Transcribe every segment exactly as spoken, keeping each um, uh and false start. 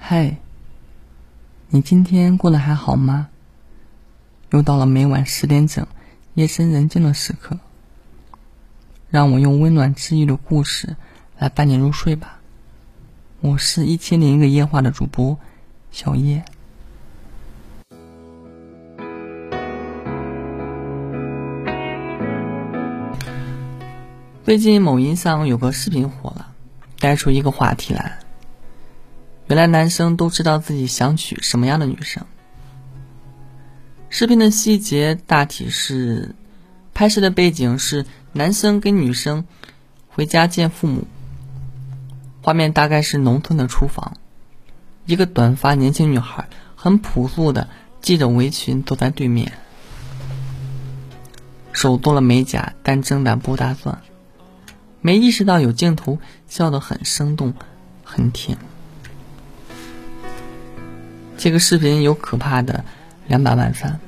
嗨，你今天过得还好吗？又到了每晚十点整，夜深人静的时刻，让我用温暖治愈的故事来伴你入睡吧。我是一千零一个夜话的主播小叶。最近某音上有个视频火了，带出一个话题来。原来男生都知道自己想娶什么样的女生。视频的细节大体是，拍摄的背景是男生跟女生回家见父母，画面大概是农村的厨房，一个短发年轻女孩很朴素的系着围裙坐在对面，手做了美甲，干蒸的剥大蒜，没意识到有镜头，笑得很生动很甜。这个视频有可怕的两百万赞。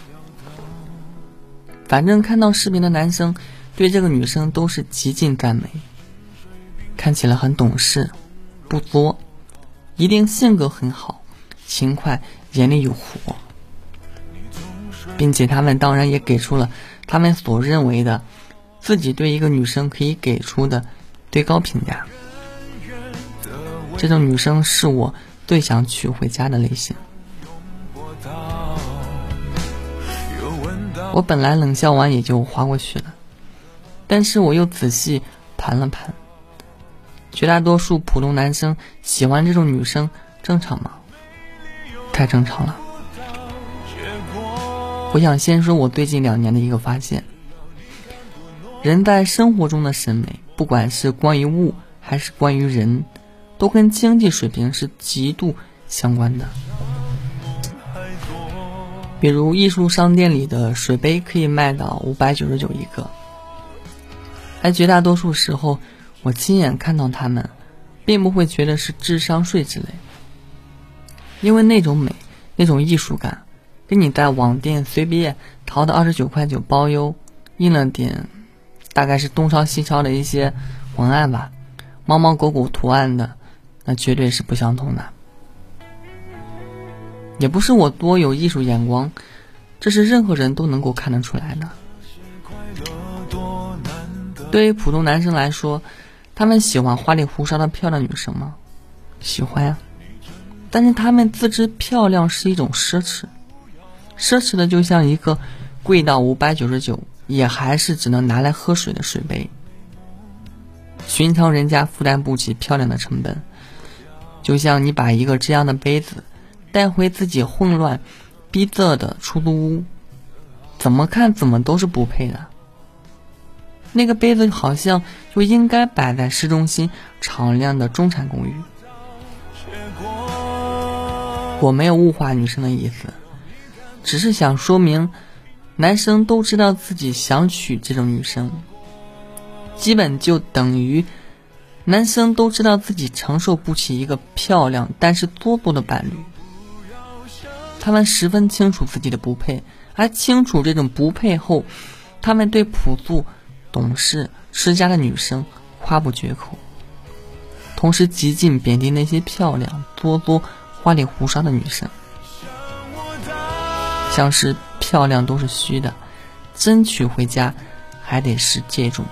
反正看到视频的男生对这个女生都是极尽赞美，看起来很懂事不作，一定性格很好，勤快，眼里有活，并且他们当然也给出了他们所认为的自己对一个女生可以给出的最高评价。这种女生是我最想娶回家的类型。我本来冷笑完也就划过去了，但是我又仔细盘了盘，绝大多数普通男生喜欢这种女生正常吗？太正常了。我想先说我最近两年的一个发现，人在生活中的审美，不管是关于物还是关于人，都跟经济水平是极度相关的。比如艺术商店里的水杯可以卖到五百九十九一个，而绝大多数时候我亲眼看到他们并不会觉得是智商税之类，因为那种美，那种艺术感跟你在网店随便淘的二十九块九包邮，印了点大概是东抄西抄的一些文案吧，猫猫狗狗图案的，那绝对是不相同的。也不是我多有艺术眼光，这是任何人都能够看得出来的。对于普通男生来说，他们喜欢花里胡哨的漂亮女生吗？喜欢呀，但是他们自知漂亮是一种奢侈，奢侈的就像一个贵到五百九十九也还是只能拿来喝水的水杯。寻常人家负担不起漂亮的成本，就像你把一个这样的杯子带回自己混乱逼仄的出租屋，怎么看怎么都是不配的。那个杯子好像就应该摆在市中心敞亮的中产公寓。我没有物化女生的意思，只是想说明男生都知道自己想娶这种女生，基本就等于男生都知道自己承受不起一个漂亮但是作作的伴侣。他们十分清楚自己的不配，而清楚这种不配后，他们对朴素懂事持家的女生夸不绝口，同时极尽贬低那些漂亮作作花里胡哨的女生，像是漂亮都是虚的，真娶回家还得是这种。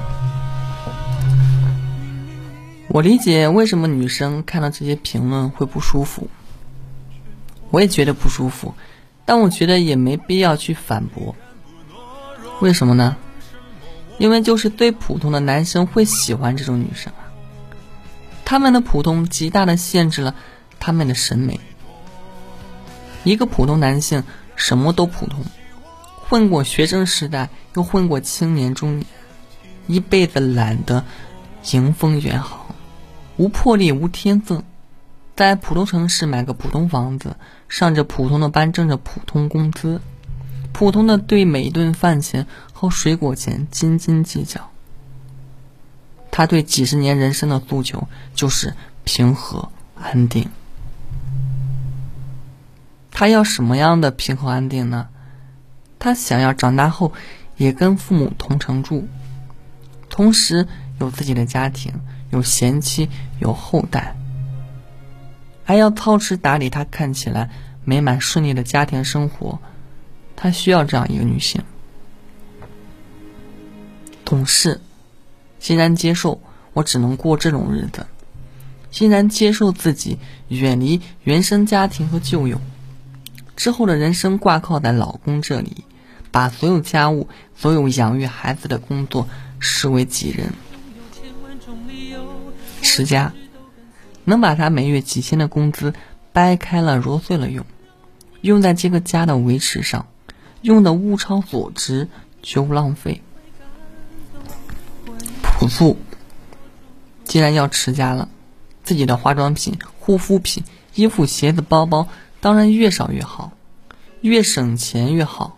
我理解为什么女生看到这些评论会不舒服，我也觉得不舒服，但我觉得也没必要去反驳。为什么呢？因为就是最普通的男生会喜欢这种女生啊，他们的普通极大的限制了他们的审美。一个普通男性什么都普通，混过学生时代，又混过青年中年，一辈子懒得迎风远航，无魄力无天分，在普通城市买个普通房子，上着普通的班，挣着普通工资，普通的对每一顿饭钱和水果钱斤斤计较。他对几十年人生的诉求就是平和安定。他要什么样的平和安定呢？他想要长大后也跟父母同城住，同时有自己的家庭，有贤妻有后代， 还要操持打理她看起来美满顺利的家庭生活，她需要这样一个女性。懂事，欣然接受我只能过这种日子，欣然接受自己远离原生家庭和旧友，之后的人生挂靠在老公这里，把所有家务、所有养育孩子的工作视为己任。持家，能把他每月几千的工资掰开了揉碎了用，用在这个家的维持上，用的物超所值，绝不浪费。朴素，既然要持家了，自己的化妆品、护肤品、衣服、鞋子、包包当然越少越好，越省钱越好。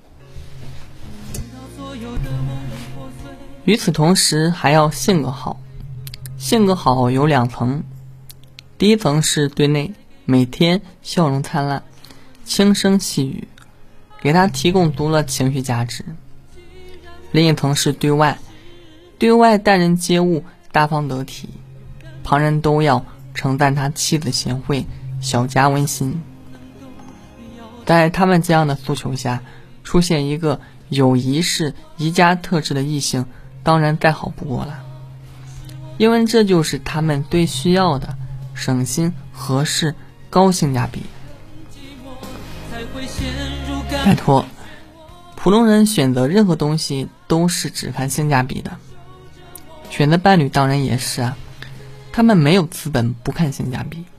与此同时还要性格好，性格好有两层，第一层是对内，每天笑容灿烂，轻声细语，给他提供足了情绪价值。另一层是对外，对外待人接物大方得体，旁人都要称赞他妻子贤惠，小家温馨。在他们这样的诉求下，出现一个有仪式、宜家特质的异性，当然再好不过了，因为这就是他们最需要的，省心、合适、高性价比。拜托，普通人选择任何东西都是只看性价比的，选择伴侣当然也是啊，他们没有资本不看性价比。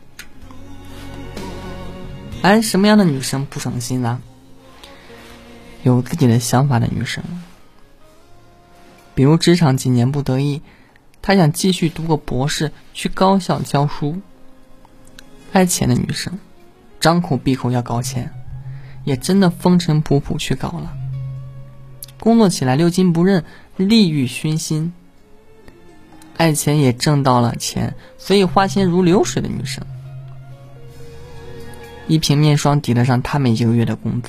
而什么样的女生不省心呢？有自己的想法的女生，比如职场几年不得意，她想继续读个博士，去高校教书。爱钱的女生，张口闭口要搞钱，也真的风尘仆仆去搞了。工作起来六亲不认，利欲熏心。爱钱也挣到了钱，所以花钱如流水的女生，一瓶面霜抵得上他们一个月的工资。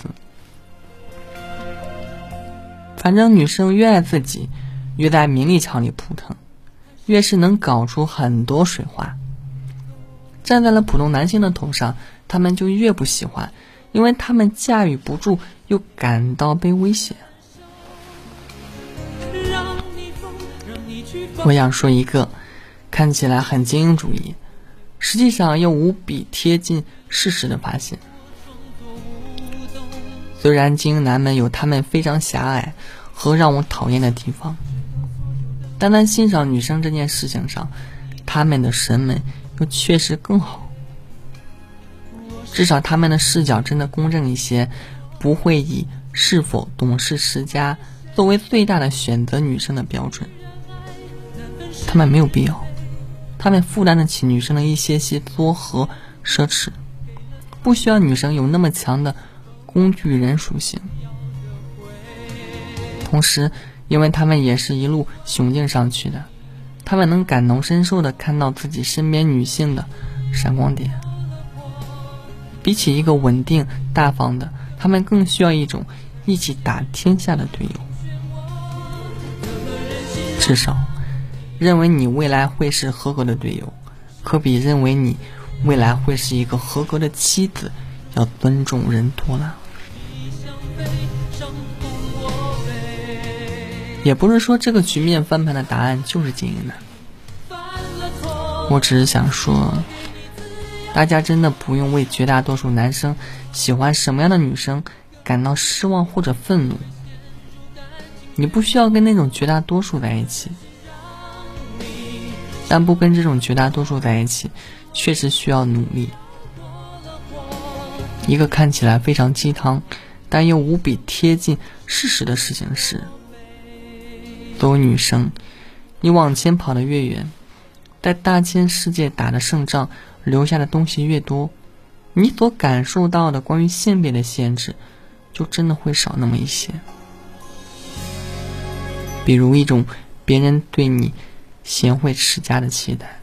反正女生越爱自己，越在名利场里扑腾，越是能搞出很多水花。站在了普通男性的头上，他们就越不喜欢，因为他们驾驭不住，又感到被威胁。我想说一个看起来很精英主义，实际上又无比贴近事实的发现。虽然精英男们有他们非常狭隘和让我讨厌的地方，但在欣赏女生这件事情上，他们的审美又确实更好。至少他们的视角真的公正一些，不会以是否懂事持家作为最大的选择女生的标准。他们没有必要，他们负担得起女生的一些些作和奢侈，不需要女生有那么强的工具人属性。同时，因为他们也是一路雄竞上去的，他们能感同身受地看到自己身边女性的闪光点。比起一个稳定大方的，他们更需要一种一起打天下的队友。至少认为你未来会是合格的队友，可比认为你未来会是一个合格的妻子要尊重人多了。也不是说这个局面翻盘的答案就是精英男，我只是想说，大家真的不用为绝大多数男生喜欢什么样的女生感到失望或者愤怒。你不需要跟那种绝大多数在一起，但不跟这种绝大多数在一起确实需要努力。一个看起来非常鸡汤但又无比贴近事实的事情是，作为女生，你往前跑得越远，在大千世界打的胜仗留下的东西越多，你所感受到的关于性别的限制就真的会少那么一些。比如一种别人对你贤惠持家的期待。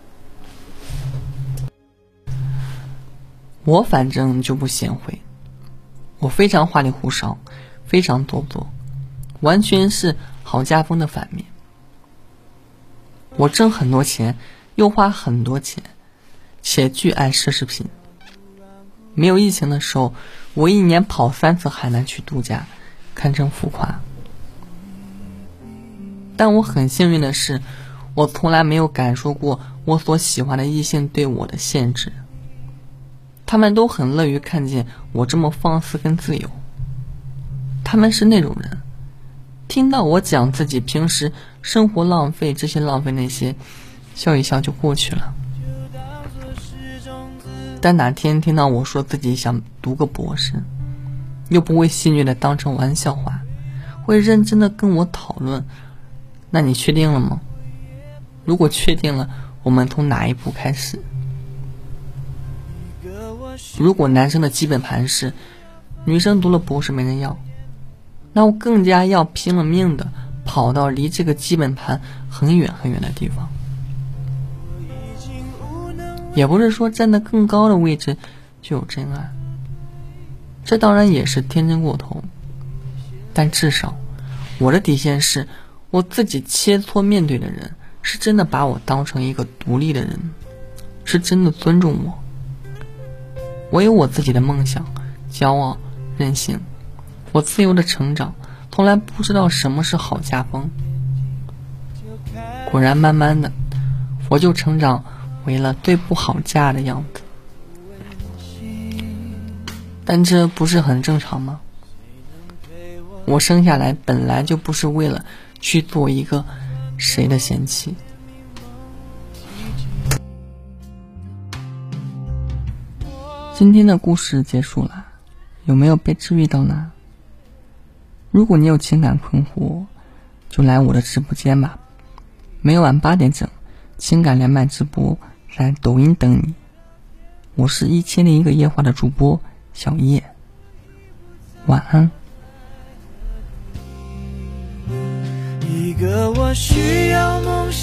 我反正就不贤惠，我非常花里胡哨，非常做作，完全是好家风的反面。我挣很多钱，又花很多钱， 且巨爱奢侈品。没有疫情的时候，我一年跑三次海南去度假，堪称浮夸。但我很幸运的是，我从来没有感受过我所喜欢的异性对我的限制。他们都很乐于看见我这么放肆跟自由。他们是那种人，听到我讲自己平时生活浪费这些浪费那些，笑一笑就过去了。但哪天听到我说自己想读个博士，又不会戏谑的当成玩笑话，会认真的跟我讨论，那你确定了吗？如果确定了，我们从哪一步开始？如果男生的基本盘是女生读了博士没人要，那我更加要拼了命的跑到离这个基本盘很远很远的地方。也不是说站在更高的位置就有真爱，这当然也是天真过头，但至少我的底线是，我自己切磋面对的人是真的把我当成一个独立的人，是真的尊重我。我有我自己的梦想、骄傲、任性，我自由的成长，从来不知道什么是好家风。果然慢慢的，我就成长为了最不好嫁的样子。但这不是很正常吗？我生下来本来就不是为了去做一个谁的贤妻。今天的故事结束了，有没有被治愈到呢？如果你有情感困惑，就来我的直播间吧，每晚八点整，情感连麦直播在抖音等你。我是一千零一个夜话的主播小叶，晚安。 一个我需要梦想